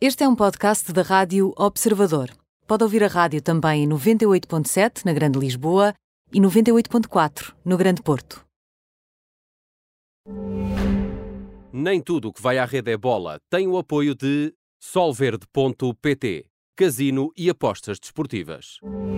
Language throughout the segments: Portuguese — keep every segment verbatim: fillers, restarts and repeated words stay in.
Este é um podcast da Rádio Observador. Pode ouvir a rádio também em noventa e oito ponto sete na Grande Lisboa e noventa e oito ponto quatro no Grande Porto. Nem tudo o que vai à rede é bola. Tem o apoio de solverde ponto pt, casino e apostas desportivas.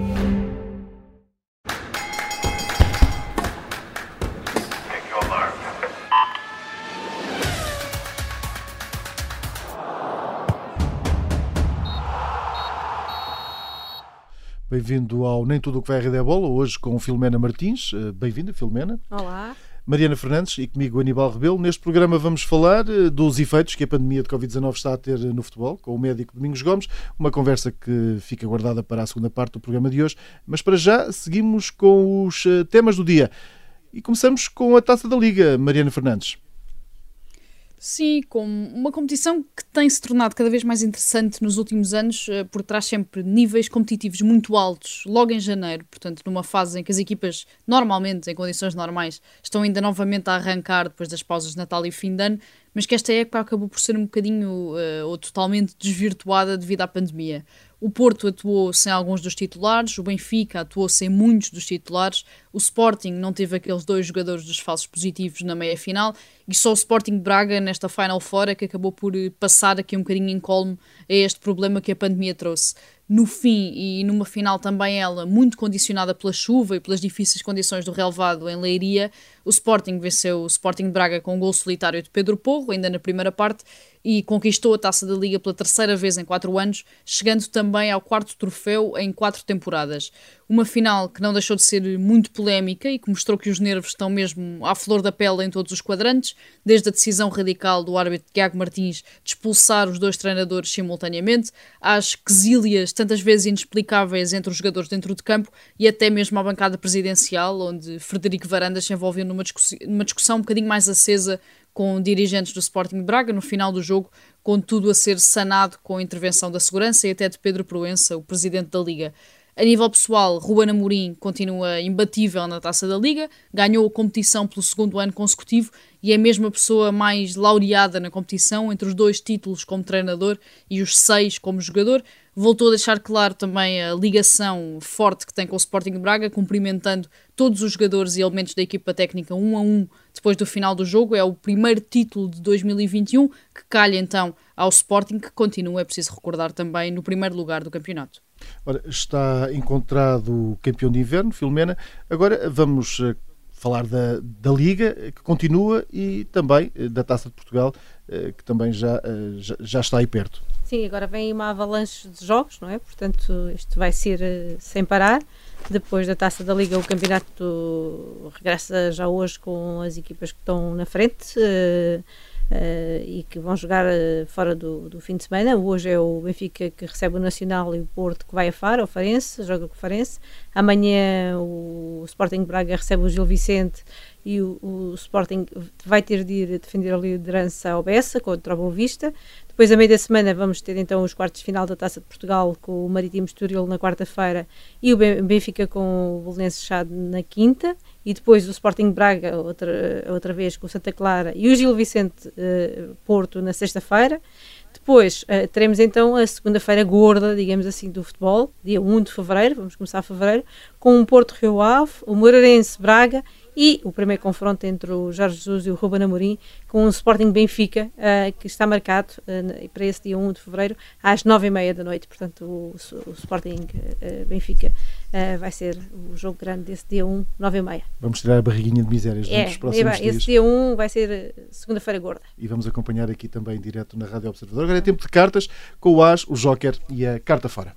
Bem-vindo ao Nem Tudo o que vai à rede é bola, hoje com Filomena Martins. Bem-vinda, Filomena. Olá. Mariana Fernandes e comigo Aníbal Rebelo. Neste programa vamos falar dos efeitos que a pandemia de covid dezanove está a ter no futebol, com o médico Domingos Gomes, uma conversa que fica guardada para a segunda parte do programa de hoje. Mas para já seguimos com os temas do dia. E começamos com a Taça da Liga, Mariana Fernandes. Sim, com uma competição que tem se tornado cada vez mais interessante nos últimos anos, por trás sempre níveis competitivos muito altos, logo em janeiro, portanto numa fase em que as equipas normalmente, em condições normais, estão ainda novamente a arrancar depois das pausas de Natal e fim de ano, mas que esta época acabou por ser um bocadinho uh, ou totalmente desvirtuada devido à pandemia. O Porto atuou sem alguns dos titulares, o Benfica atuou sem muitos dos titulares, o Sporting não teve aqueles dois jogadores dos falsos positivos na meia-final e só o Sporting Braga nesta Final Four é que acabou por passar aqui um bocadinho incólume a este problema que a pandemia trouxe. No fim, e numa final também ela, muito condicionada pela chuva e pelas difíceis condições do relevado em Leiria, o Sporting venceu o Sporting de Braga com um gol solitário de Pedro Porro, ainda na primeira parte, e conquistou a Taça da Liga pela terceira vez em quatro anos, chegando também ao quarto troféu em quatro temporadas. Uma final que não deixou de ser muito polémica e que mostrou que os nervos estão mesmo à flor da pele em todos os quadrantes, desde a decisão radical do árbitro Tiago Martins de expulsar os dois treinadores simultaneamente, às quesílias tantas vezes inexplicáveis entre os jogadores dentro de campo e até mesmo à bancada presidencial, onde Frederico Varandas se envolveu numa discussão, numa discussão um bocadinho mais acesa com dirigentes do Sporting Braga no final do jogo, com tudo a ser sanado com a intervenção da segurança e até de Pedro Proença, o presidente da Liga. A nível pessoal, Ruben Amorim continua imbatível na Taça da Liga, ganhou a competição pelo segundo ano consecutivo e é mesmo a pessoa mais laureada na competição, entre os dois títulos como treinador e os seis como jogador. Voltou a deixar claro também a ligação forte que tem com o Sporting Braga, cumprimentando todos os jogadores e elementos da equipa técnica um a um depois do final do jogo. É o primeiro título de dois mil e vinte e um que calha então ao Sporting, que continua, é preciso recordar também, no primeiro lugar do campeonato. Ora, está encontrado o campeão de inverno, Filomena. Agora vamos uh, falar da, da Liga, que continua, e também uh, da Taça de Portugal, uh, que também já, uh, já, já está aí perto. Sim, agora vem uma avalanche de jogos, não é? Portanto, isto vai ser uh, sem parar. Depois da Taça da Liga, o campeonato regressa já hoje com as equipas que estão na frente uh, uh, e que vão jogar uh, fora do, do fim de semana. Hoje é o Benfica que recebe o Nacional e o Porto que vai a Faro, o Farense, joga com o Farense. Amanhã o Sporting Braga recebe o Gil Vicente e o, o Sporting vai ter de ir defender a liderança ao Bessa contra o Boa Vista. Depois, a meio da semana, vamos ter então os quartos de final da Taça de Portugal com o Marítimo Estoril na quarta-feira e o Benfica com o Belenenses Chade na quinta. E depois o Sporting Braga, outra, outra vez com o Santa Clara, e o Gil Vicente uh, Porto na sexta-feira. Depois uh, teremos então a segunda-feira gorda, digamos assim, do futebol, dia um de fevereiro, vamos começar fevereiro, com o Porto Rio Ave, o Moreirense Braga e o primeiro confronto entre o Jorge Jesus e o Ruben Amorim, com o Sporting Benfica, uh, que está marcado uh, para esse dia um de fevereiro, às nove e meia da noite. Portanto, o, o Sporting uh, Benfica uh, vai ser o jogo grande desse dia um, nove e meia. Vamos tirar a barriguinha de misérias é, nos próximos é, dias. Esse dia um vai ser segunda-feira gorda. E vamos acompanhar aqui também direto na Rádio Observador. Agora é tempo de cartas, com o As, o Joker e a Carta Fora.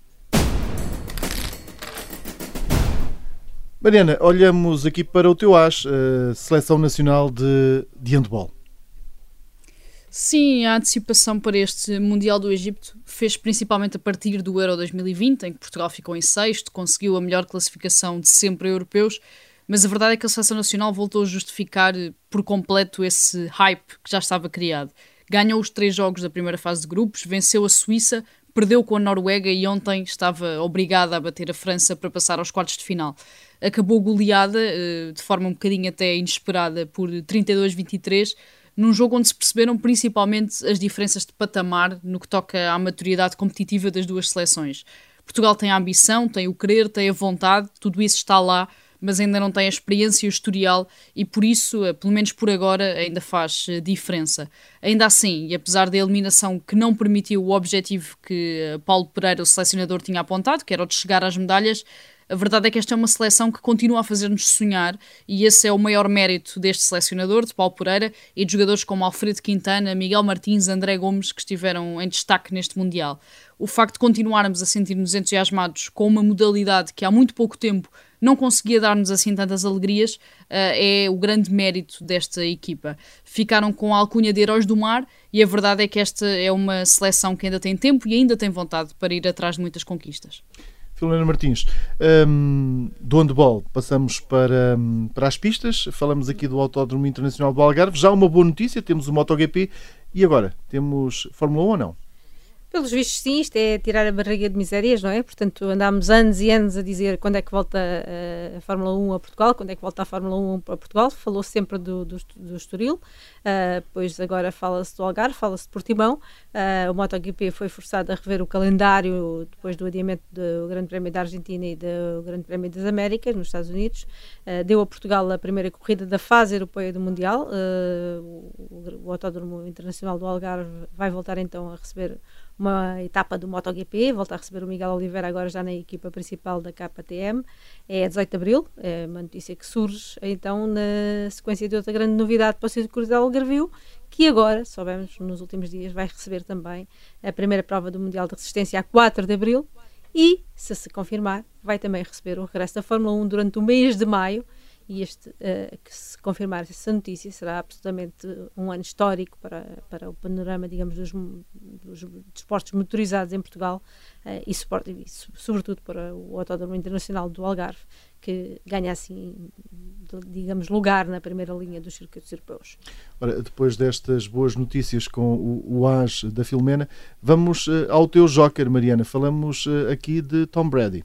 Mariana, olhamos aqui para o teu As, a Seleção Nacional de, de Handball. Sim, a antecipação para este Mundial do Egito fez principalmente a partir do Euro dois mil e vinte, em que Portugal ficou em sexto, conseguiu a melhor classificação de sempre a europeus, mas a verdade é que a Seleção Nacional voltou a justificar por completo esse hype que já estava criado. Ganhou os três jogos da primeira fase de grupos, venceu a Suíça, perdeu com a Noruega e ontem estava obrigada a bater a França para passar aos quartos de final. Acabou goleada, de forma um bocadinho até inesperada, por trinta e dois a vinte e três, num jogo onde se perceberam principalmente as diferenças de patamar no que toca à maturidade competitiva das duas seleções. Portugal tem a ambição, tem o querer, tem a vontade, tudo isso está lá, mas ainda não tem a experiência e o historial e por isso, pelo menos por agora, ainda faz diferença. Ainda assim, e apesar da eliminação que não permitiu o objetivo que Paulo Pereira, o selecionador, tinha apontado, que era o de chegar às medalhas, a verdade é que esta é uma seleção que continua a fazer-nos sonhar e esse é o maior mérito deste selecionador, de Paulo Pereira, e de jogadores como Alfredo Quintana, Miguel Martins, André Gomes, que estiveram em destaque neste Mundial. O facto de continuarmos a sentir-nos entusiasmados com uma modalidade que há muito pouco tempo não conseguia dar-nos assim tantas alegrias, uh, é o grande mérito desta equipa. Ficaram com a alcunha de heróis do mar e a verdade é que esta é uma seleção que ainda tem tempo e ainda tem vontade para ir atrás de muitas conquistas. Filomena Martins, um, do handball passamos para, um, para as pistas, falamos aqui do Autódromo Internacional do Algarve, já uma boa notícia, temos o MotoGP e agora, temos Fórmula um ou não? Pelos vistos, sim, isto é tirar a barriga de misérias, não é? Portanto, andámos anos e anos a dizer quando é que volta a Fórmula um a Portugal, quando é que volta a Fórmula um a Portugal, falou sempre do, do, do Estoril, uh, pois agora fala-se do Algarve, fala-se de Portimão, uh, o MotoGP foi forçado a rever o calendário depois do adiamento do Grande Prémio da Argentina e do Grande Prémio das Américas, nos Estados Unidos, uh, deu a Portugal a primeira corrida da fase europeia do Mundial, uh, o, o Autódromo Internacional do Algarve vai voltar então a receber uma etapa do MotoGP, volta a receber o Miguel Oliveira agora já na equipa principal da K T M, é a dezoito de Abril, é uma notícia que surge então na sequência de outra grande novidade para o Circuito de Algarvio, que agora, soubemos nos últimos dias, vai receber também a primeira prova do Mundial de Resistência a quatro de Abril e, se se confirmar, vai também receber o regresso da Fórmula um durante o mês de maio. E este, uh, que se confirmar essa notícia, será absolutamente um ano histórico para, para o panorama, digamos, dos, dos desportos motorizados em Portugal uh, e, suporte, e, sobretudo, para o Autódromo Internacional do Algarve, que ganha, assim, digamos, lugar na primeira linha dos circuitos europeus. Ora, depois destas boas notícias com o, o As da Filomena, vamos uh, ao teu joker, Mariana. Falamos uh, aqui de Tom Brady.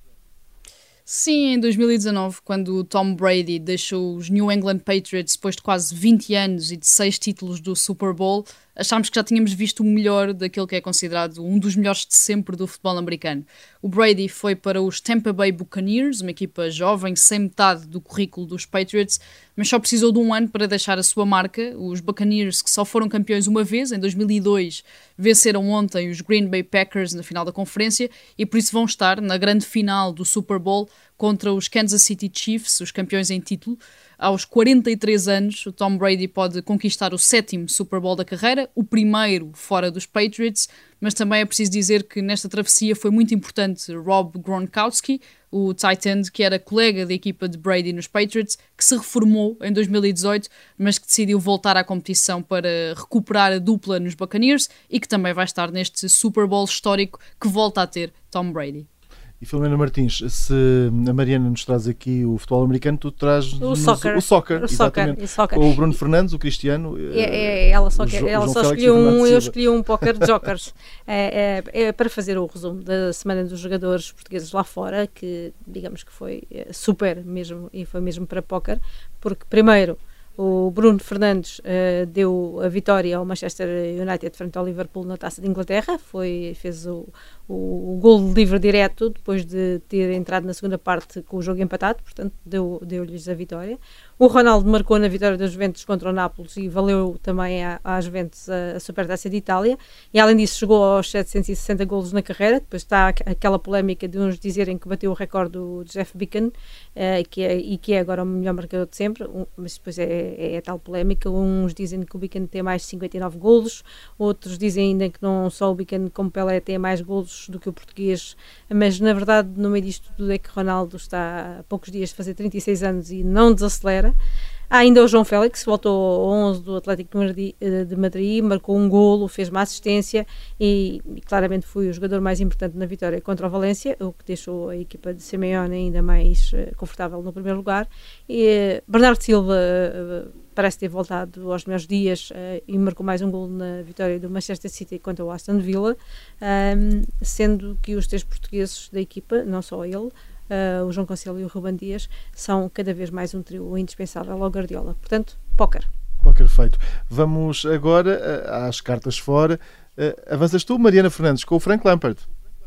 Sim, em dois mil e dezanove, quando o Tom Brady deixou os New England Patriots depois de quase vinte anos e de seis títulos do Super Bowl, achámos que já tínhamos visto o melhor daquele que é considerado um dos melhores de sempre do futebol americano. O Brady foi para os Tampa Bay Buccaneers, uma equipa jovem, sem metade do currículo dos Patriots, mas só precisou de um ano para deixar a sua marca. Os Buccaneers, que só foram campeões uma vez, em dois mil e dois, venceram ontem os Green Bay Packers na final da conferência e por isso vão estar na grande final do Super Bowl contra os Kansas City Chiefs, os campeões em título. Aos quarenta e três anos, o Tom Brady pode conquistar o sétimo Super Bowl da carreira, o primeiro fora dos Patriots, mas também é preciso dizer que nesta travessia foi muito importante Rob Gronkowski, o tight end que era colega da equipa de Brady nos Patriots, que se reformou em dois mil e dezoito, mas que decidiu voltar à competição para recuperar a dupla nos Buccaneers e que também vai estar neste Super Bowl histórico que volta a ter Tom Brady. E Filomena Martins, se a Mariana nos traz aqui o futebol americano, tu traz o soccer, o soccer, o soccer, soccer. Com o Bruno Fernandes, o Cristiano. É, é, ela só, quer, ela só escolheu um, eu escolhi um póquer de jokers. é, é, é para fazer o resumo da semana dos jogadores portugueses lá fora, que digamos que foi super mesmo, e foi mesmo para póquer, porque primeiro o Bruno Fernandes uh, deu a vitória ao Manchester United frente ao Liverpool na Taça de Inglaterra, foi, fez o, o, o gol de livre direto depois de ter entrado na segunda parte com o jogo empatado, portanto deu, deu-lhes a vitória. O Ronaldo marcou na vitória da Juventus contra o Nápoles e valeu também à, à Juventus a, a Supertaça de Itália, e além disso chegou aos setecentos e sessenta golos na carreira. Depois está aquela polémica de uns dizerem que bateu o recorde do Jeff Beacon, uh, que é, e que é agora o melhor marcador de sempre, um, mas depois é, é, é tal polémica. Uns dizem que o Beacon tem mais de cinquenta e nove golos, outros dizem ainda que não só o Beacon como Pelé tem mais golos do que o português, mas na verdade no meio disto tudo é que Ronaldo está há poucos dias de fazer trinta e seis anos e não desacelera. Há ainda o João Félix, voltou ao onze do Atlético de Madrid, marcou um golo, fez uma assistência e, e claramente foi o jogador mais importante na vitória contra o Valência, o que deixou a equipa de Simeone ainda mais uh, confortável no primeiro lugar. E, uh, Bernardo Silva uh, parece ter voltado aos melhores dias uh, e marcou mais um golo na vitória do Manchester City contra o Aston Villa, um, sendo que os três portugueses da equipa, não só ele, Uh, o João Cancelo e o Ruben Dias, são cada vez mais um trio indispensável ao Guardiola. Portanto, póquer. Póquer feito. Vamos agora às cartas fora. Avanças tu, Mariana Fernandes, com o Frank Lampard.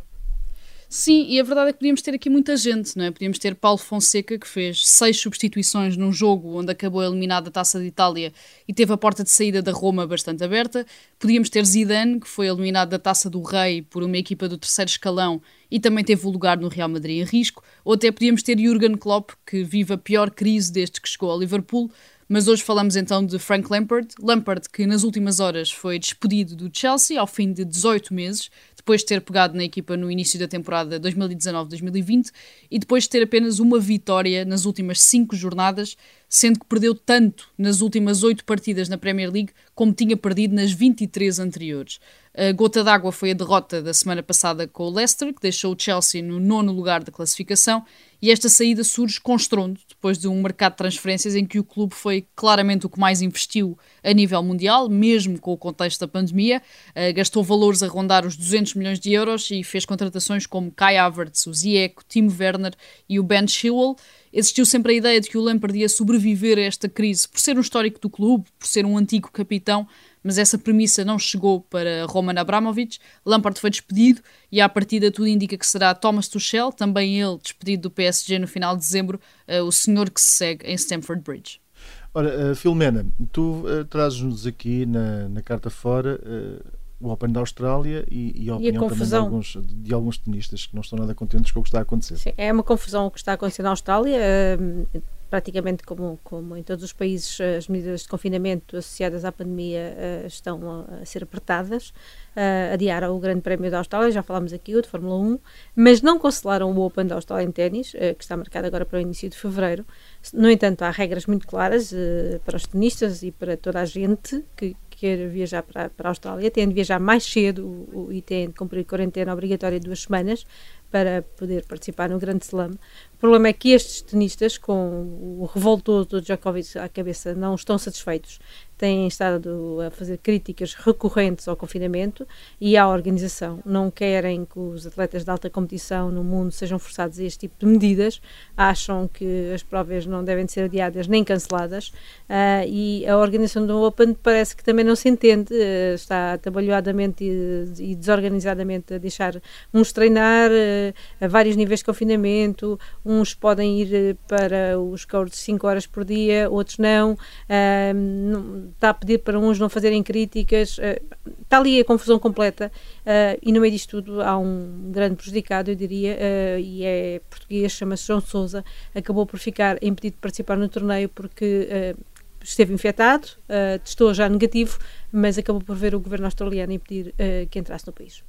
Sim, e a verdade é que podíamos ter aqui muita gente, não é? Podíamos ter Paulo Fonseca, que fez seis substituições num jogo onde acabou eliminado da Taça de Itália e teve a porta de saída da Roma bastante aberta. Podíamos ter Zidane, que foi eliminado da Taça do Rei por uma equipa do terceiro escalão e também teve o lugar no Real Madrid em risco. Ou até podíamos ter Jürgen Klopp, que vive a pior crise desde que chegou ao Liverpool. Mas hoje falamos então de Frank Lampard. Lampard, que nas últimas horas foi despedido do Chelsea ao fim de dezoito meses, depois de ter pegado na equipa no início da temporada dois mil e dezanove dois mil e vinte e depois de ter apenas uma vitória nas últimas cinco jornadas, sendo que perdeu tanto nas últimas oito partidas na Premier League como tinha perdido nas vinte e três anteriores. A gota d'água foi a derrota da semana passada com o Leicester, que deixou o Chelsea no nono lugar da classificação, e esta saída surge com estrondo, depois de um mercado de transferências em que o clube foi claramente o que mais investiu a nível mundial, mesmo com o contexto da pandemia. Uh, gastou valores a rondar os duzentos milhões de euros e fez contratações como Kai Havertz, o Ziyech, o Timo Werner e o Ben Chilwell. Existiu sempre a ideia de que o Lampard ia sobreviver a esta crise por ser um histórico do clube, por ser um antigo capitão, mas essa premissa não chegou para Roman Abramovich. Lampard foi despedido e à partida tudo indica que será Thomas Tuchel, também ele despedido do P S G no final de dezembro, uh, o senhor que se segue em Stamford Bridge. Ora, uh, Filomena, tu uh, trazes-nos aqui na, na carta fora uh, o Open da Austrália e, e a opinião e a também de alguns, de alguns tenistas que não estão nada contentes com o que está a acontecer. Sim, é uma confusão o que está a acontecer na Austrália. Uh, praticamente como, como em todos os países, as medidas de confinamento associadas à pandemia uh, estão a, a ser apertadas. Uh, adiaram o Grande Prémio da Austrália, já falámos aqui, o de Fórmula um, mas não cancelaram o Open da Austrália em ténis, uh, que está marcado agora para o início de fevereiro. No entanto, há regras muito claras uh, para os tenistas e para toda a gente que quer viajar para, para a Austrália. Têm de viajar mais cedo o, o, e têm de cumprir quarentena obrigatória de duas semanas para poder participar no Grande Slam. O problema é que estes tenistas, com o revoltoso do Djokovic à cabeça, não estão satisfeitos. Têm estado a fazer críticas recorrentes ao confinamento e à organização. Não querem que os atletas de alta competição no mundo sejam forçados a este tipo de medidas. Acham que as provas não devem ser adiadas nem canceladas. Uh, e a organização do Open parece que também não se entende. Uh, está atabalhoadamente e, e desorganizadamente a deixar uns treinar uh, a vários níveis de confinamento. Uns podem ir para os courts cinco horas por dia, outros não. Uh, não está a pedir para uns não fazerem críticas, uh, está ali a confusão completa uh, e no meio disto tudo há um grande prejudicado, eu diria, uh, e é português, chama-se João Sousa, acabou por ficar impedido de participar no torneio porque uh, esteve infectado, uh, testou já negativo, mas acabou por ver o governo australiano impedir uh, que entrasse no país.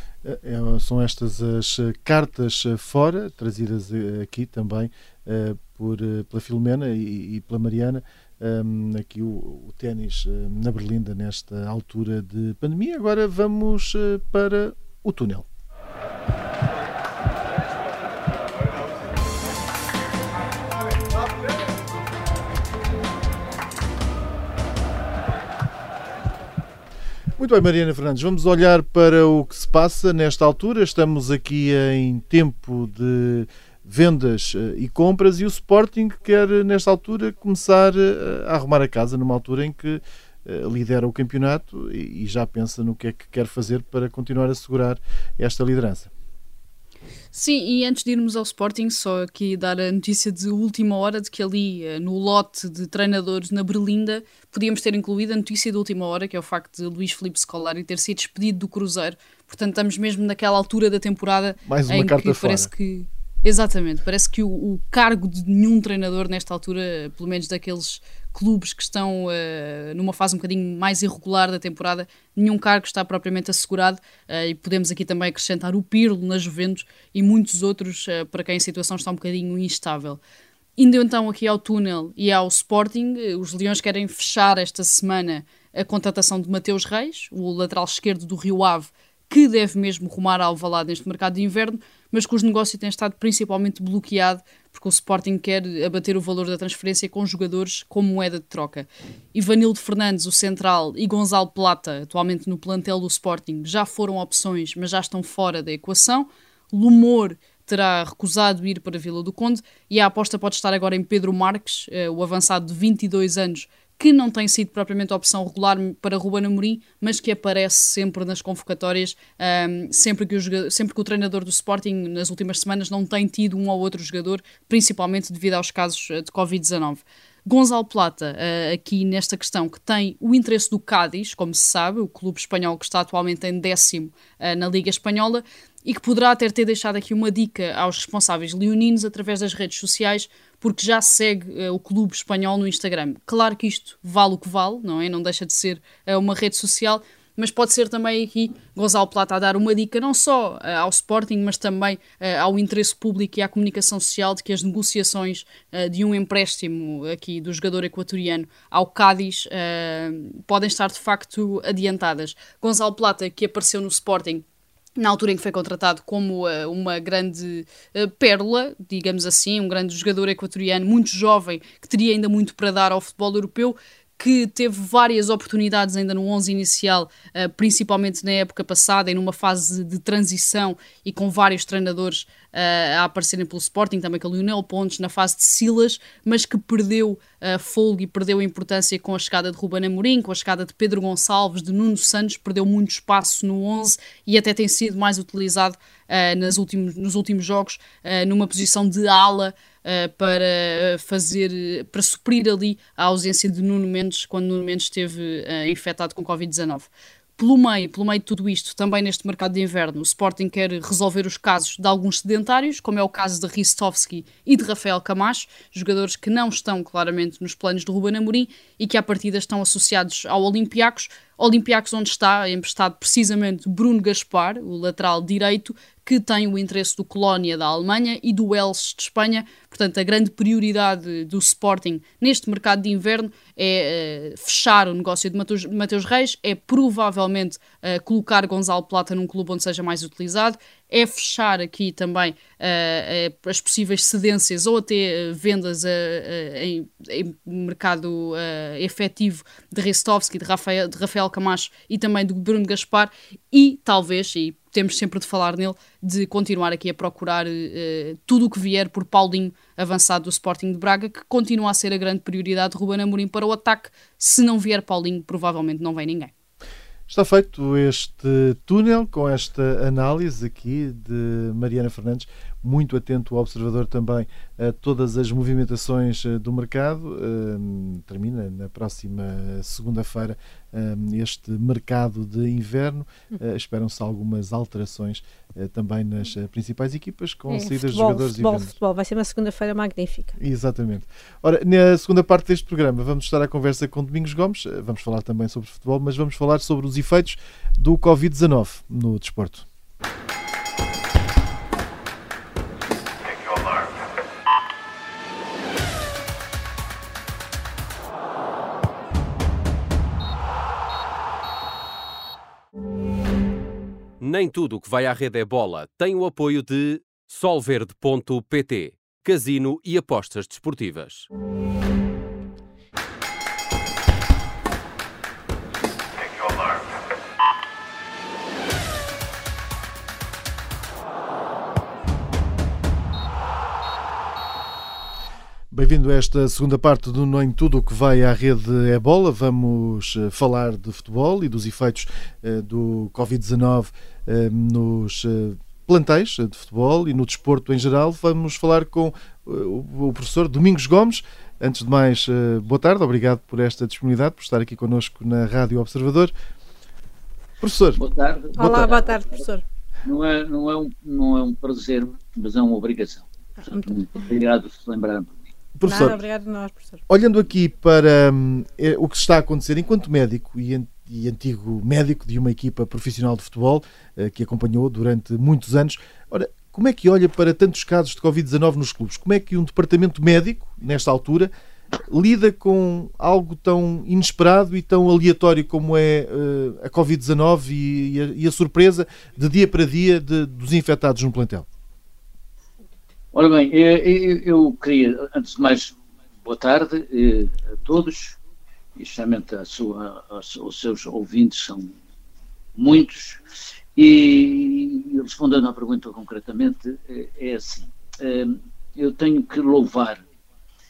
É, são estas as cartas fora, trazidas aqui também uh, por, uh, pela Filomena e, e pela Mariana. Um, aqui o, o ténis uh, na Berlinda nesta altura de pandemia. Agora vamos uh, para o túnel. Muito bem, Mariana Fernandes, vamos olhar para o que se passa nesta altura. Estamos aqui em tempo de vendas e compras e o Sporting quer, nesta altura, começar a arrumar a casa, numa altura em que lidera o campeonato e já pensa no que é que quer fazer para continuar a assegurar esta liderança. Sim, e antes de irmos ao Sporting, só aqui dar a notícia de última hora de que ali no lote de treinadores na Berlinda podíamos ter incluído a notícia de última hora, que é o facto de Luís Filipe Scolari ter sido despedido do Cruzeiro. Portanto, estamos mesmo naquela altura da temporada mais uma em carta que fora. Parece que... Exatamente, parece que o, o cargo de nenhum treinador nesta altura, pelo menos daqueles clubes que estão uh, numa fase um bocadinho mais irregular da temporada, nenhum cargo está propriamente assegurado uh, e podemos aqui também acrescentar o Pirlo na Juventus e muitos outros uh, para quem a situação está um bocadinho instável. Indo então aqui ao túnel e ao Sporting, os Leões querem fechar esta semana a contratação de Mateus Reis, o lateral esquerdo do Rio Ave, que deve mesmo rumar a Alvalade neste mercado de inverno, mas cujo negócio tem estado principalmente bloqueado porque o Sporting quer abater o valor da transferência com jogadores como moeda de troca. Ivanildo Fernandes, o central, e Gonçalo Plata, atualmente no plantel do Sporting, já foram opções, mas já estão fora da equação. Lumor terá recusado ir para a Vila do Conde e a aposta pode estar agora em Pedro Marques, o avançado de vinte e dois anos, que não tem sido propriamente a opção regular para Ruben Amorim, mas que aparece sempre nas convocatórias, um, sempre, que o jogador, sempre que o treinador do Sporting nas últimas semanas não tem tido um ou outro jogador, principalmente devido aos casos de covid dezanove. Gonçalo Plata, uh, aqui nesta questão, que tem o interesse do Cádiz, como se sabe, o clube espanhol que está atualmente em décimo uh, na Liga Espanhola, e que poderá até ter deixado aqui uma dica aos responsáveis leoninos através das redes sociais, porque já segue uh, o clube espanhol no Instagram. Claro que isto vale o que vale, não é? Não deixa de ser uh, uma rede social, mas pode ser também aqui Gonçalo Plata a dar uma dica não só uh, ao Sporting, mas também uh, ao interesse público e à comunicação social de que as negociações uh, de um empréstimo aqui do jogador equatoriano ao Cádiz uh, podem estar de facto adiantadas. Gonçalo Plata, que apareceu no Sporting na altura em que foi contratado como uh, uma grande uh, pérola, digamos assim, um grande jogador equatoriano, muito jovem, que teria ainda muito para dar ao futebol europeu, que teve várias oportunidades ainda no onze inicial, uh, principalmente na época passada, e numa fase de transição e com vários treinadores uh, a aparecerem pelo Sporting, também com o Lionel Pontes, na fase de Silas, mas que perdeu uh, folga e perdeu a importância com a chegada de Ruben Amorim, com a chegada de Pedro Gonçalves, de Nuno Santos, perdeu muito espaço no onze e até tem sido mais utilizado uh, nas últimos, nos últimos jogos uh, numa posição de ala, Uh, para fazer, para suprir ali a ausência de Nuno Mendes quando Nuno Mendes esteve uh, infectado com covid dezanove. Pelo meio, pelo meio de tudo isto, também neste mercado de inverno, o Sporting quer resolver os casos de alguns sedentários, como é o caso de Ristovski e de Rafael Camacho, jogadores que não estão claramente nos planos de Ruben Amorim e que à partida estão associados ao Olympiacos, Olympiacos onde está emprestado precisamente Bruno Gaspar, o lateral direito, que tem o interesse do Colónia da Alemanha e do Elche de Espanha. Portanto, a grande prioridade do Sporting neste mercado de inverno é uh, fechar o negócio de Mateus, Mateus Reis, é provavelmente uh, colocar Gonçalo Plata num clube onde seja mais utilizado, é fechar aqui também uh, uh, as possíveis cedências ou até uh, vendas uh, uh, em, em mercado uh, efetivo de Ristovski, de Rafael, de Rafael Camacho e também do Bruno Gaspar e talvez, e temos sempre de falar nele, de continuar aqui a procurar uh, tudo o que vier por Paulinho, avançado do Sporting de Braga, que continua a ser a grande prioridade de Ruben Amorim para o ataque. Se não vier Paulinho, provavelmente não vem ninguém. Está feito este túnel com esta análise aqui de Mariana Fernandes, muito atento ao observador também a todas as movimentações do mercado. Um, termina na próxima segunda-feira um, este mercado de inverno. Uh, esperam-se algumas alterações uh, também nas uh, principais equipas, com é, saídas futebol, de jogadores futebol, e vendas. Futebol, vai ser uma segunda-feira magnífica. Exatamente. Ora, na segunda parte deste programa vamos estar à conversa com Domingos Gomes, vamos falar também sobre futebol, mas vamos falar sobre os efeitos do covid dezanove no desporto. Nem tudo o que vai à rede é bola. Tem o apoio de solverde ponto pt, casino e apostas desportivas. Bem-vindo a esta segunda parte do Nem Tudo o que vai à rede é bola. Vamos uh, falar de futebol e dos efeitos uh, do covid dezanove uh, nos uh, plantéis de futebol e no desporto em geral. Vamos falar com uh, o professor Domingos Gomes. Antes de mais, uh, boa tarde, obrigado por esta disponibilidade, por estar aqui connosco na Rádio Observador. Professor. Boa tarde. Olá, boa tarde, boa tarde, professor. Não é, não, é um, não é um prazer, mas é uma obrigação. Portanto, muito obrigado por se lembrarem. Professor, Nada, obrigado a nós, professor. Olhando aqui para hum, é, o que está a acontecer enquanto médico e, e antigo médico de uma equipa profissional de futebol uh, que acompanhou durante muitos anos, ora, como é que olha para tantos casos de covid dezanove nos clubes? Como é que um departamento médico, nesta altura, lida com algo tão inesperado e tão aleatório como é uh, a covid dezanove e, e, a, e a surpresa de dia para dia de, dos infectados no plantel? Ora bem, eu, eu queria, antes de mais, boa tarde a todos, e especialmente a sua, a, aos seus ouvintes, são muitos, e respondendo à pergunta concretamente, é assim, eu tenho que louvar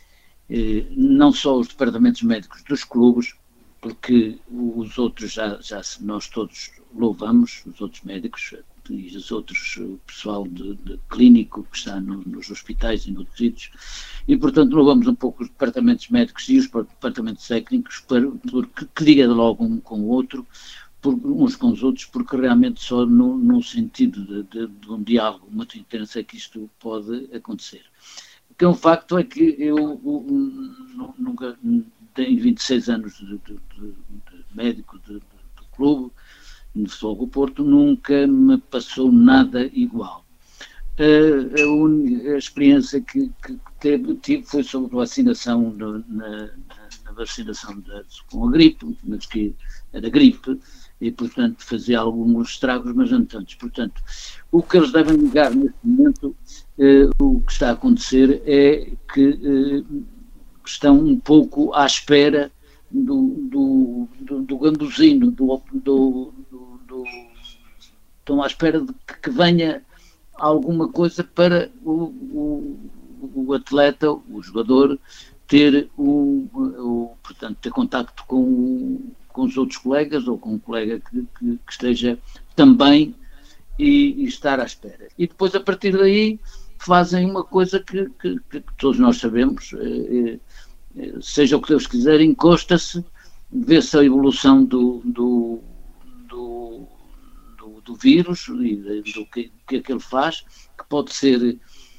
eh, não só os departamentos médicos dos clubes, porque os outros já, já nós todos louvamos, os outros médicos e os outros, o pessoal de, de clínico que está no, nos hospitais e noutros sítios, e portanto louvamos um pouco os departamentos médicos e os departamentos técnicos porque que dialogam um com o outro, por, uns com os outros, porque realmente só no, no sentido de, de, de um diálogo muito intenso é que isto pode acontecer. O que é um facto é que eu, eu, eu nunca tenho vinte e seis anos de, de, de, de médico de, de, de clube, no Futebol do Porto, nunca me passou nada igual. Uh, a, un... a experiência que, que teve, tive foi sobre a vacinação, na, na, na vacinação de, com a gripe, mas que era gripe, e portanto fazia alguns estragos, mas não tantos. Portanto, o que eles devem ligar neste momento, uh, o que está a acontecer é que uh, estão um pouco à espera do, do, do, do gambuzino, do, do, do, do, estão à espera de que venha alguma coisa para o, o, o atleta, o jogador, ter, o, o, portanto, ter contacto com, com os outros colegas ou com um colega que, que, que esteja também e, e estar à espera. E depois, a partir daí, fazem uma coisa que, que, que todos nós sabemos, é, é, seja o que Deus quiser, encosta-se, vê-se a evolução do, do, do, do, do vírus e do que, que é que ele faz, que pode ser,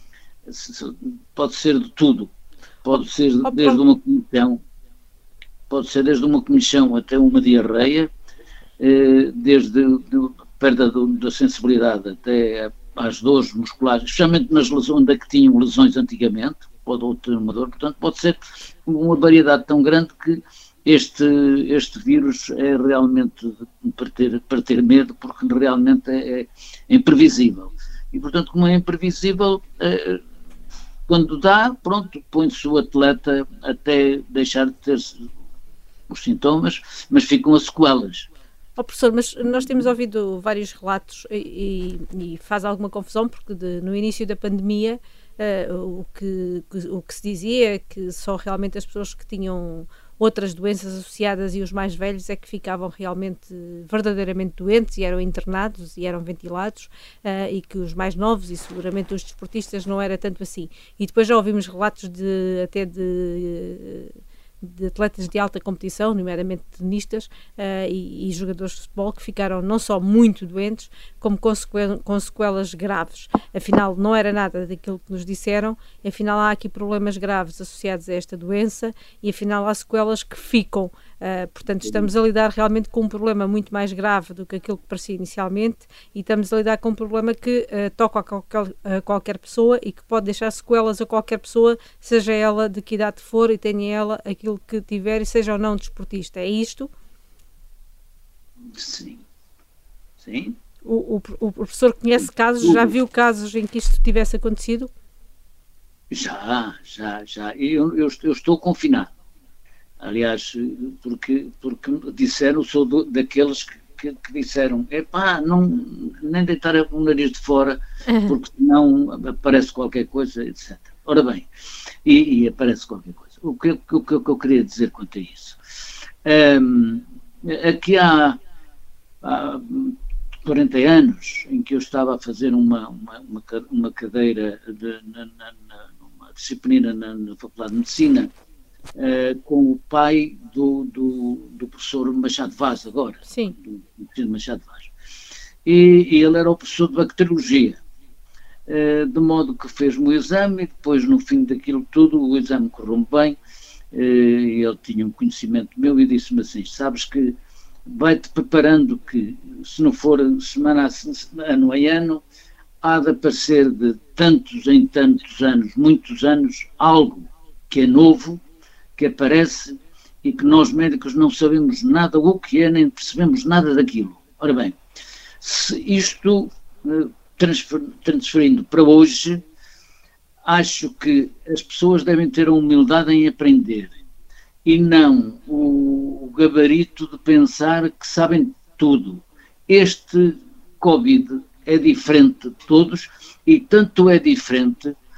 pode ser de tudo. Pode ser desde uma comissão, pode ser desde uma comissão até uma diarreia, desde a perda da sensibilidade até às dores musculares, especialmente nas lesões onde é que tinham lesões antigamente, pode outro ter uma dor, portanto pode ser uma variedade tão grande que este, este vírus é realmente para ter, para ter medo, porque realmente é, é imprevisível. E portanto, como é imprevisível, é, quando dá, pronto, põe-se o atleta até deixar de ter os sintomas, mas ficam as sequelas. Oh, professor, mas nós temos ouvido vários relatos e, e faz alguma confusão, porque de, no início da pandemia uh, o, que, o que se dizia é que só realmente as pessoas que tinham outras doenças associadas e os mais velhos é que ficavam realmente verdadeiramente doentes e eram internados e eram ventilados, uh, e que os mais novos e seguramente os desportistas não era tanto assim. E depois já ouvimos relatos de até de... Uh, de atletas de alta competição, nomeadamente tenistas uh, e, e jogadores de futebol que ficaram não só muito doentes, como com, sequel com sequelas graves. Afinal, não era nada daquilo que nos disseram, afinal há aqui problemas graves associados a esta doença e afinal há sequelas que ficam. Uh, portanto, estamos a lidar realmente com um problema muito mais grave do que aquilo que parecia inicialmente e estamos a lidar com um problema que uh, toca a qualquer, a qualquer pessoa e que pode deixar sequelas a qualquer pessoa, seja ela de que idade for e tenha ela aquilo que tiver e seja ou não desportista. É isto? Sim. Sim. O, o, o professor conhece casos, já viu casos em que isto tivesse acontecido? Já, já, já. Eu, eu, eu estou confinado. Aliás, porque, porque disseram, sou do, daqueles que, que, que disseram, epá, não, nem deitar o nariz de fora, porque senão aparece qualquer coisa, etcétera. Ora bem, e, e aparece qualquer coisa. O que, o, que, o que eu queria dizer quanto a isso? Um, aqui há, há quarenta anos, em que eu estava a fazer uma, uma, uma, uma cadeira, de, na, na, uma disciplina na, na Faculdade de Medicina, Uh, com o pai do, do, do professor Machado Vaz agora. Sim. Do, do Machado Vaz. E, e ele era o professor de bacteriologia. Uh, de modo que fez-me o exame e depois, no fim daquilo tudo, o exame correu-me bem. Uh, e ele tinha um conhecimento meu e disse-me assim, sabes que vai-te preparando que, se não for semana a ano em ano, há de aparecer de tantos em tantos anos, muitos anos, algo que é novo, que aparece e que nós médicos não sabemos nada o que é, nem percebemos nada daquilo. Ora bem, se isto, transfer, transferindo para hoje, acho que as pessoas devem ter a humildade em aprender e não o, o gabarito de pensar que sabem tudo. Este Covid é diferente de todos e tanto é diferente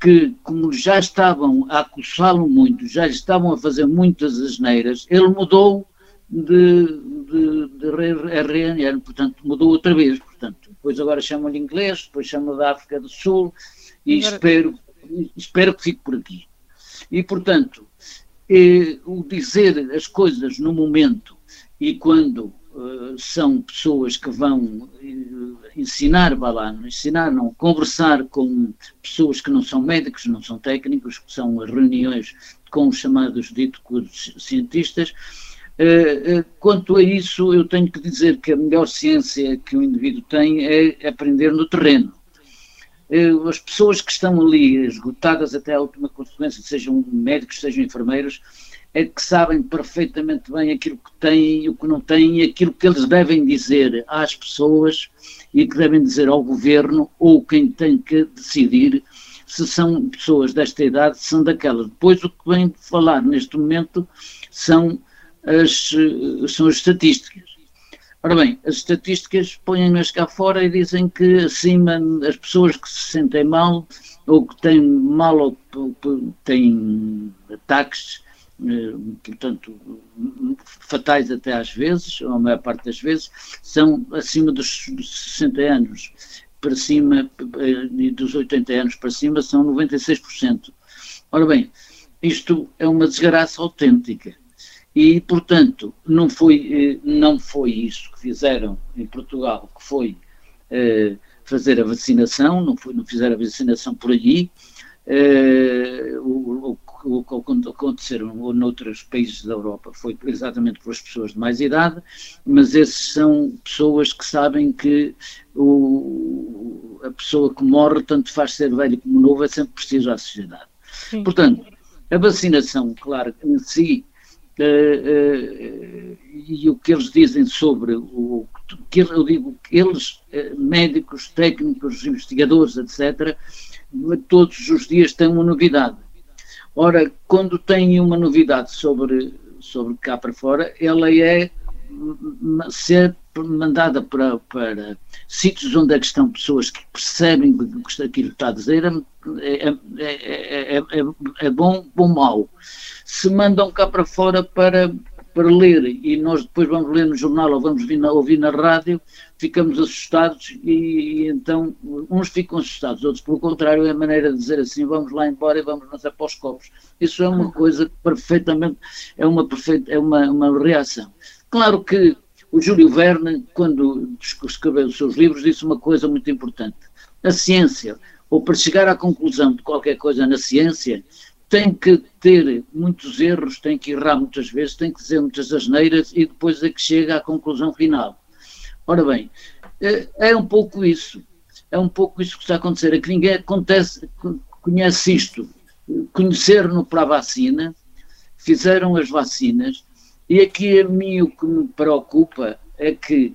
que, como já estavam a acossá-lo muito, já estavam a fazer muitas asneiras, ele mudou de, de, de R N R, portanto, mudou outra vez. Portanto, depois agora chamam-lhe inglês, depois chamam da África do Sul, e agora... espero, espero que fique por aqui. E, portanto, eh, o dizer as coisas no momento e quando uh, são pessoas que vão uh, ensinar, vá lá, ensinar, não, conversar com pessoas que não são médicos, não são técnicos, que são as reuniões com os chamados ditos cientistas. Uh, uh, quanto a isso, eu tenho que dizer que a melhor ciência que o indivíduo tem é aprender no terreno. Uh, as pessoas que estão ali esgotadas até a última consequência, sejam médicos, sejam enfermeiros, é que sabem perfeitamente bem aquilo que têm e o que não têm, e aquilo que eles devem dizer às pessoas e que devem dizer ao governo ou quem tem que decidir se são pessoas desta idade, se são daquelas. Depois o que vem falar neste momento são as, são as estatísticas. Ora bem, as estatísticas põem-nas cá fora e dizem que acima as pessoas que se sentem mal ou que têm mal ou que têm ataques, portanto, fatais até às vezes, ou a maior parte das vezes, são acima dos sessenta anos para cima e dos oitenta anos para cima, são noventa e seis por cento. Ora bem, isto é uma desgraça autêntica. E, portanto, não foi, não foi isso que fizeram em Portugal, que foi eh, fazer a vacinação, não, foi, não fizeram a vacinação por allí. Eh, o, o, o que aconteceram noutros países da Europa foi exatamente por as pessoas de mais idade, mas esses são pessoas que sabem que o, a pessoa que morre, tanto faz ser velho como novo, é sempre preciso à sociedade. Sim. Portanto, a vacinação, claro, em si, Uh, uh, e o que eles dizem sobre o que eu digo, eles, uh, médicos, técnicos, investigadores, etcétera, todos os dias têm uma novidade. Ora, quando têm uma novidade sobre, sobre cá para fora, ela é ser mandada para, para sítios onde é que estão pessoas que percebem o que aquilo está a dizer, é, é, é, é, é bom, bom, mau. Se mandam cá para fora para, para ler e nós depois vamos ler no jornal ou vamos vir na, ouvir na rádio, ficamos assustados e, e então uns ficam assustados, outros pelo contrário, é a maneira de dizer assim, vamos lá embora e vamos lançar para os copos. Isso é uma coisa perfeitamente, é uma, perfeita, é uma, uma reação. Claro que o Júlio Verne, quando escreveu os seus livros, disse uma coisa muito importante. A ciência, ou para chegar à conclusão de qualquer coisa na ciência, tem que ter muitos erros, tem que errar muitas vezes, tem que dizer muitas asneiras e depois é que chega à conclusão final. Ora bem, é um pouco isso, é um pouco isso que está a acontecer, é que ninguém acontece, conhece isto, conheceram-no para a vacina, fizeram as vacinas, e aqui a mim o que me preocupa é que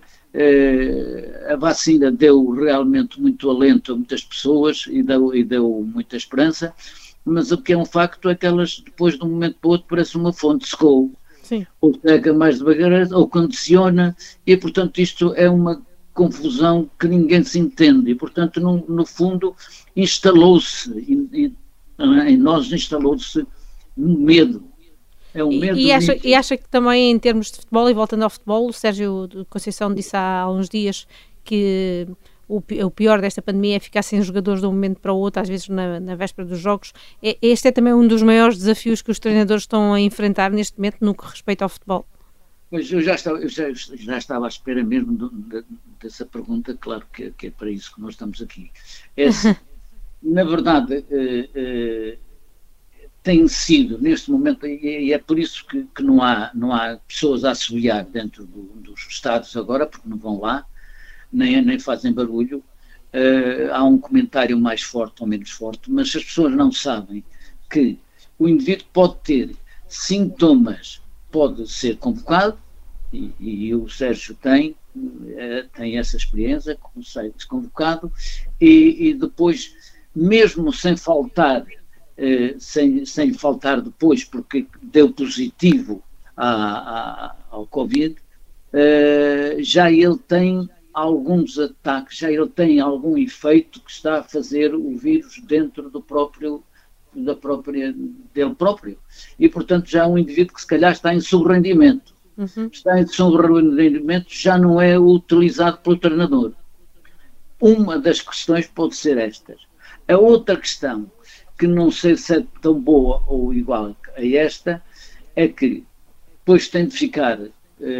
eh, a vacina deu realmente muito alento a muitas pessoas e deu, e deu muita esperança, mas o que é um facto é que elas, depois de um momento para o outro, parece uma fonte, secou, Sim. ou pega mais devagar, ou condiciona, e portanto isto é uma confusão que ninguém se entende, e portanto no, no fundo instalou-se, em, em nós instalou-se um medo. É um medo e, e, acha, e acha que também em termos de futebol, e voltando ao futebol, o Sérgio Conceição disse há uns dias que o, o pior desta pandemia é ficar sem jogadores de um momento para o outro, às vezes na, na véspera dos jogos. É, este é também um dos maiores desafios que os treinadores estão a enfrentar neste momento no que respeita ao futebol. Pois eu já estava, eu já, já estava à espera mesmo de, de, dessa pergunta, claro que, que é para isso que nós estamos aqui. É assim, na verdade, eh, eh, tem sido neste momento, e é por isso que, que não, há, não há pessoas a assobiar dentro do, dos estádios agora, porque não vão lá, nem, nem fazem barulho, uh, há um comentário mais forte ou menos forte, mas as pessoas não sabem que o indivíduo pode ter sintomas, pode ser convocado, e, e o Sérgio tem, uh, tem essa experiência, consegue ser convocado, e, e depois, mesmo sem faltar, uh, sem, sem faltar depois, porque deu positivo a, a, ao Covid, uh, já ele tem alguns ataques, já ele tem algum efeito que está a fazer o vírus dentro do próprio, da própria, dele próprio. E, portanto, já é um indivíduo que se calhar está em subrendimento. Uhum. Está em subrendimento, já não é utilizado pelo treinador. Uma das questões pode ser estas. A outra questão, que não sei se é tão boa ou igual a esta, é que depois tem de ficar, uh,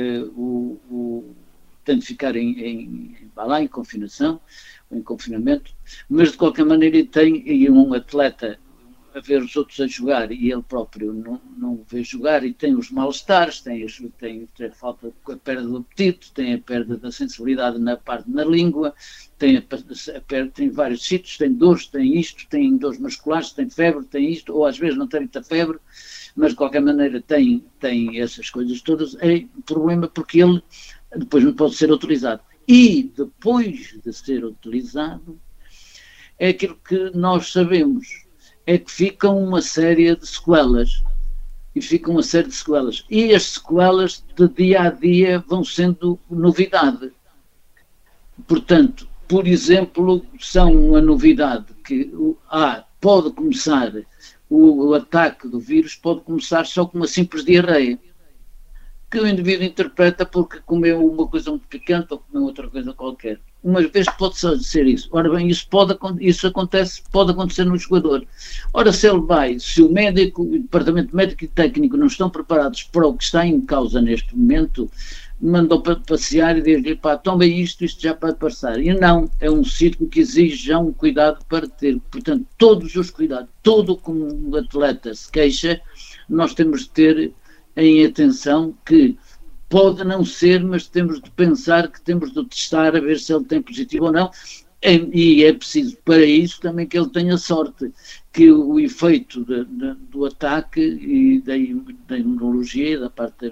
o, o, tem de ficar em, em, lá, em confinação, em confinamento, mas de qualquer maneira tem e um atleta a ver os outros a jogar e ele próprio não, não o vê jogar e tem os mal-estares, tem, tem, tem a falta, a perda do apetite, tem a perda da sensibilidade na parte na língua, tem, a, a perda, tem vários sítios, tem dores, tem isto, tem dores musculares, tem febre, tem isto, ou às vezes não tem muita febre, mas de qualquer maneira tem, tem essas coisas todas. É um problema porque ele depois não pode ser utilizado. E depois de ser utilizado, é aquilo que nós sabemos, é que ficam uma série de sequelas, e ficam uma série de sequelas, e as sequelas de dia a dia vão sendo novidade. Portanto, por exemplo, são uma novidade que ah, pode começar, o, o ataque do vírus pode começar só com uma simples diarreia, que o indivíduo interpreta porque comeu uma coisa muito picante ou comeu outra coisa qualquer. Uma vez pode ser isso. Ora bem, isso, pode, isso acontece, pode acontecer no jogador. Ora, se ele vai, se o médico, o departamento médico e técnico não estão preparados para o que está em causa neste momento, mandou para passear e diz-lhe, pá, toma isto, isto já pode passar. E não, é um ciclo que exige já um cuidado para ter. Portanto, todos os cuidados, todo como o atleta se queixa, nós temos de ter em atenção que pode não ser, mas temos de pensar que temos de testar a ver se ele tem positivo ou não, e é preciso para isso também que ele tenha sorte, que o efeito de, de, do ataque e da, da imunologia, da parte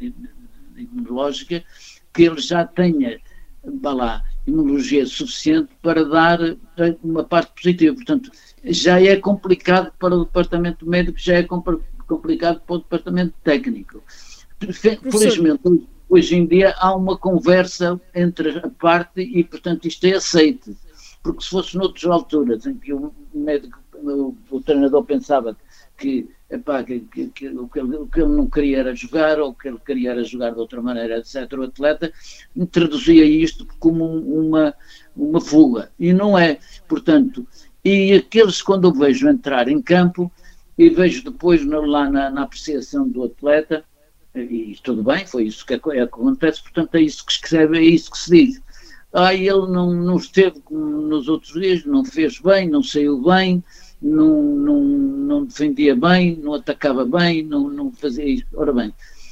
imunológica, que ele já tenha, vá lá, imunologia suficiente para dar uma parte positiva. Portanto, já é complicado para o departamento médico, já é complicado para o departamento técnico. Felizmente, hoje em dia há uma conversa entre a parte e, portanto, isto é aceite. Porque se fosse noutras alturas em que o médico, o, o treinador pensava que, epá, que, que, que, o, que ele, o que ele não queria era jogar, ou o que ele queria era jogar de outra maneira, etcétera, o atleta traduzia isto como uma, uma fuga. E não é. Portanto, e aqueles, quando eu vejo entrar em campo, e vejo depois lá na, na apreciação do atleta, e tudo bem, foi isso que acontece, portanto é isso que escreve, é isso que se diz. Ah, ele não, não esteve como nos outros dias, não fez bem, não saiu bem, não, não, não defendia bem, não atacava bem, não, não fazia isso. Ora bem,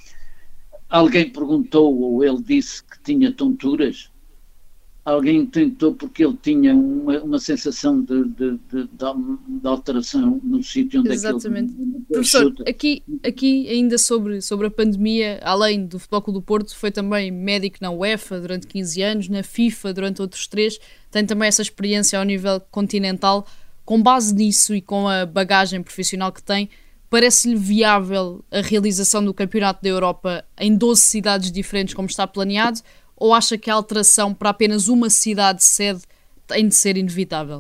alguém perguntou, ou ele disse que tinha tonturas, alguém tentou porque ele tinha uma, uma sensação de, de, de, de alteração no sítio onde Exatamente. é que ele... Professor, aqui, aqui ainda sobre, sobre a pandemia, além do Futebol Clube do Porto, foi também médico na UEFA durante quinze anos, na FIFA durante outros três, tem também essa experiência ao nível continental. Com base nisso e com a bagagem profissional que tem, parece-lhe viável a realização do Campeonato da Europa em doze cidades diferentes como está planeado? Ou acha que a alteração para apenas uma cidade-sede tem de ser inevitável?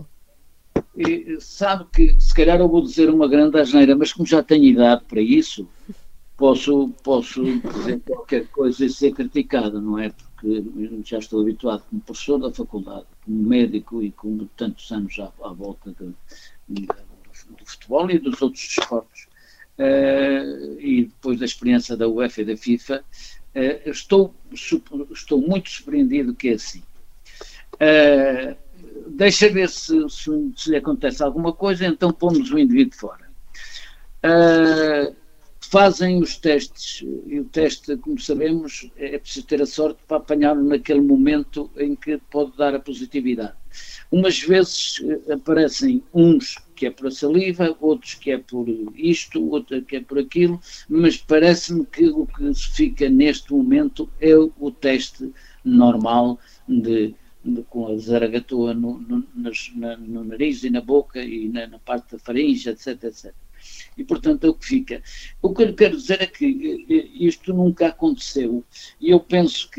E sabe que, se calhar eu vou dizer uma grande asneira, mas como já tenho idade para isso, posso, posso dizer qualquer coisa e ser criticado, não é? Porque já estou habituado como professor da faculdade, como médico e com tantos anos à, à volta de, de, do, do futebol e dos outros desportos. Uh, e depois da experiência da UEFA e da FIFA, Uh, estou, estou muito surpreendido que é assim. Uh, deixa ver se, se, se lhe acontece alguma coisa, então pomos o indivíduo fora. Uh, fazem os testes, e o teste, como sabemos, é preciso ter a sorte para apanhá-lo naquele momento em que pode dar a positividade. Umas vezes aparecem uns que é por saliva, outros que é por isto, outro que é por aquilo, mas parece-me que o que se fica neste momento é o teste normal de, de, com a zaragatoa no, no, na, no nariz e na boca e na, na parte da faringe, etc, etcétera. E, portanto, é o que fica. O que eu quero dizer é que isto nunca aconteceu e eu penso que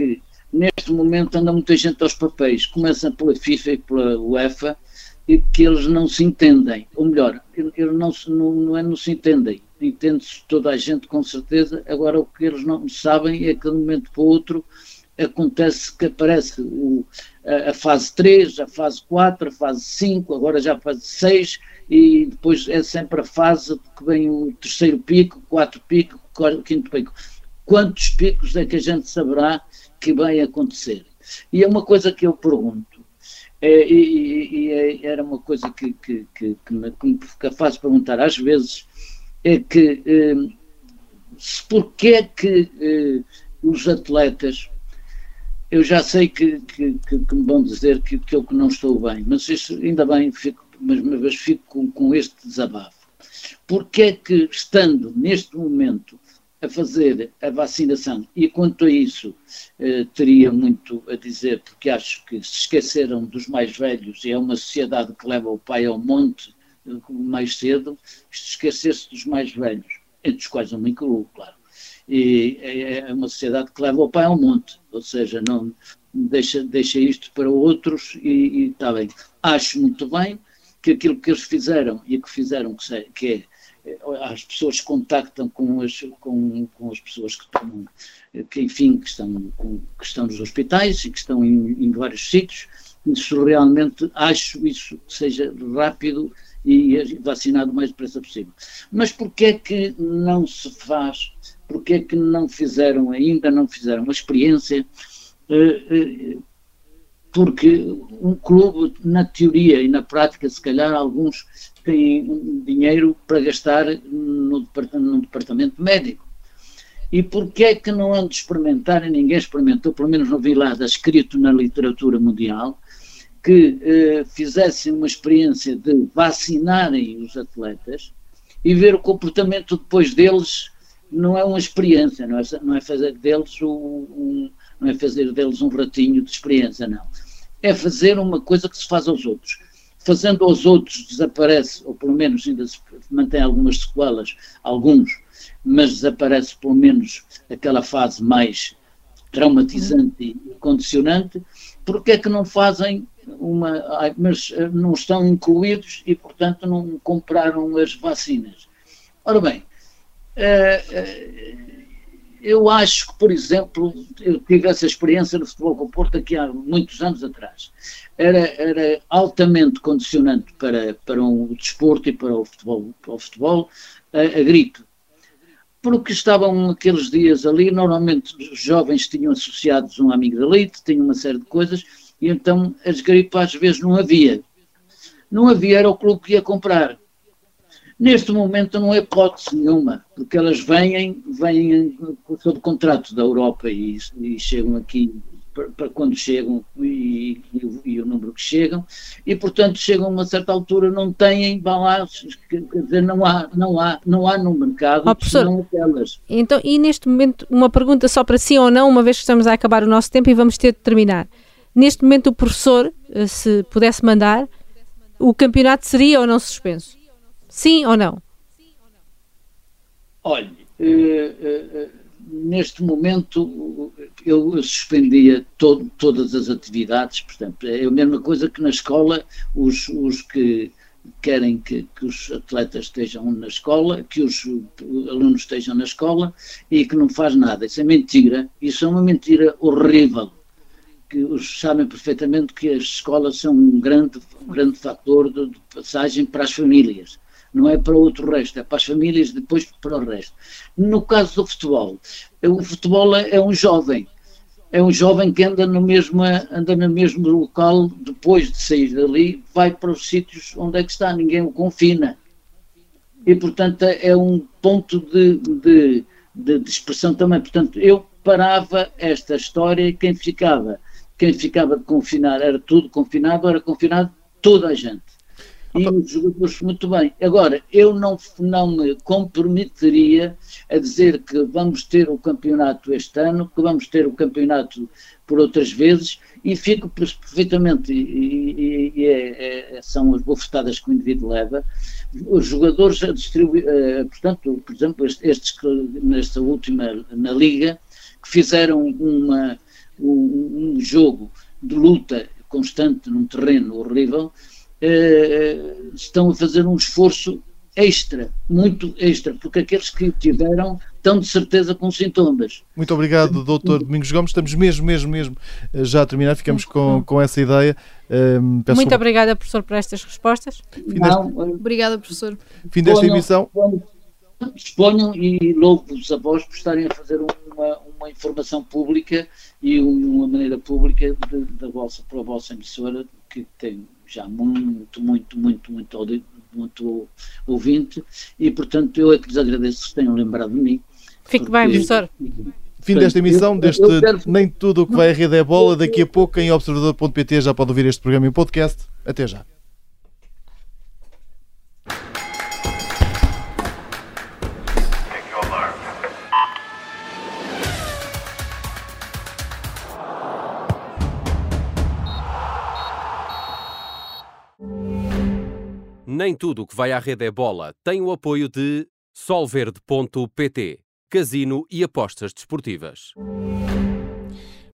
neste momento anda muita gente aos papéis, começa pela FIFA e pela UEFA, e que eles não se entendem, ou melhor, eles não, não, não, é, não se entendem, entende-se toda a gente com certeza, agora o que eles não sabem é que de um momento para o outro acontece que aparece o, a, a fase três, a fase quatro, a fase cinco, agora já a fase seis, e depois é sempre a fase que vem o terceiro pico, quarto pico, quarto, quinto pico. Quantos picos é que a gente saberá que vai acontecer? E é uma coisa que eu pergunto, é, e, e era uma coisa que, que, que, que, me, que me faz perguntar às vezes, é que eh, se porquê é que eh, os atletas, eu já sei que, que, que, que me vão dizer que, que eu que não estou bem, mas isso, ainda bem, fico, mas, mas fico com, com este desabafo. Porquê é que, estando neste momento a fazer a vacinação, e quanto a isso eh, teria muito a dizer, porque acho que se esqueceram dos mais velhos, e é uma sociedade que leva o pai ao monte eh, mais cedo, se esquecer-se dos mais velhos, entre os quais eu me incluo, claro, e é uma sociedade que leva o pai ao monte, ou seja, não deixa, deixa isto para outros, e está bem. Acho muito bem que aquilo que eles fizeram, e que fizeram, que, que é, as pessoas contactam com as, com, com as pessoas que estão, que, enfim, que estão, com, que estão nos hospitais e que estão em, em vários sítios. Isso realmente acho isso que seja rápido e vacinado o mais depressa possível. Mas porquê é que não se faz, porquê é que não fizeram, ainda não fizeram uma experiência? Porque um clube, na teoria e na prática, se calhar alguns têm dinheiro para gastar no departamento, no departamento médico. E porquê é que não han de experimentar, e ninguém experimentou, pelo menos não vi lá escrito na literatura mundial, que eh, fizessem uma experiência de vacinarem os atletas e ver o comportamento depois deles. Não é uma experiência, não é, não é fazer deles um, um, não é fazer deles um ratinho de experiência, não. É fazer uma coisa que se faz aos outros. Fazendo aos outros desaparece, ou pelo menos ainda se mantém algumas sequelas, alguns, mas desaparece pelo menos aquela fase mais traumatizante e condicionante. Porque é que não fazem uma... mas não estão incluídos e, portanto, não compraram as vacinas? Ora bem, eu acho que, por exemplo, eu tive essa experiência no Futebol Clube do Porto aqui há muitos anos atrás. Era, era altamente condicionante para, para o desporto e para o futebol, para o futebol a, a gripe. Porque estavam aqueles dias ali, normalmente os jovens tinham associados um amigdalite, tinham uma série de coisas, e então as gripes às vezes não havia. Não havia, era o clube que ia comprar. Neste momento não é hipótese nenhuma, porque elas vêm, vêm sob contrato da Europa e, e chegam aqui para, para quando chegam e, e, e o número que chegam, e portanto chegam a uma certa altura, não têm, vão lá, quer dizer, não há, não há, não há no mercado, oh, professor, não aquelas. Então, e neste momento, uma pergunta só para si ou não, uma vez que estamos a acabar o nosso tempo e vamos ter de terminar. Neste momento o professor, se pudesse mandar, o campeonato seria ou não suspenso? Sim ou não? Olha, eh, eh, neste momento eu, eu suspendia todo, todas as atividades, portanto, é a mesma coisa que na escola, os, os que querem que, que os atletas estejam na escola, que os alunos estejam na escola e que não faz nada. Isso é mentira, isso é uma mentira horrível. Que os sabem perfeitamente que as escolas são um grande, um grande fator de, de passagem para as famílias. Não é para outro resto, é para as famílias, depois para o resto. No caso do futebol, o futebol é um jovem, é um jovem que anda no mesmo, anda no mesmo local, depois de sair dali, vai para os sítios onde é que está, ninguém o confina. E, portanto, é um ponto de, de, de, de expressão também. Portanto, eu parava esta história e quem ficava, quem ficava de confinar, era tudo confinado, era confinado toda a gente. E os jogadores muito bem. Agora, eu não, não me comprometeria a dizer que vamos ter o campeonato este ano, que vamos ter o campeonato por outras vezes, e fico perfeitamente, e, e, e é, é, são as bofetadas que o indivíduo leva, os jogadores a distribuir, uh, portanto, por exemplo, estes que nesta última, na Liga, que fizeram uma, um, um jogo de luta constante num terreno horrível, eh, estão a fazer um esforço extra, muito extra, porque aqueles que tiveram estão de certeza com sintomas. Muito obrigado, doutor Domingos Gomes. Estamos mesmo, mesmo, mesmo já a terminar. Ficamos com, com essa ideia. Um, Muito sobre... obrigada, professor, por estas respostas. Fim desta... Não, obrigada, professor. Fim desta emissão. Exponham e louvo-vos a vós por estarem a fazer uma, uma informação pública e uma maneira pública de, de vossa, para a vossa emissora, que tem já muito, muito, muito, muito, muito ouvinte, e portanto eu é que lhes agradeço que se tenham lembrado de mim. Fique porque... bem, professor. Fim desta emissão, deste quero... Nem Tudo o que vai à rede é bola. Daqui a pouco em observador ponto pt já pode ouvir este programa em podcast. Até já. Nem Tudo o que vai à rede é bola tem o apoio de solverde ponto pt, casino e apostas desportivas.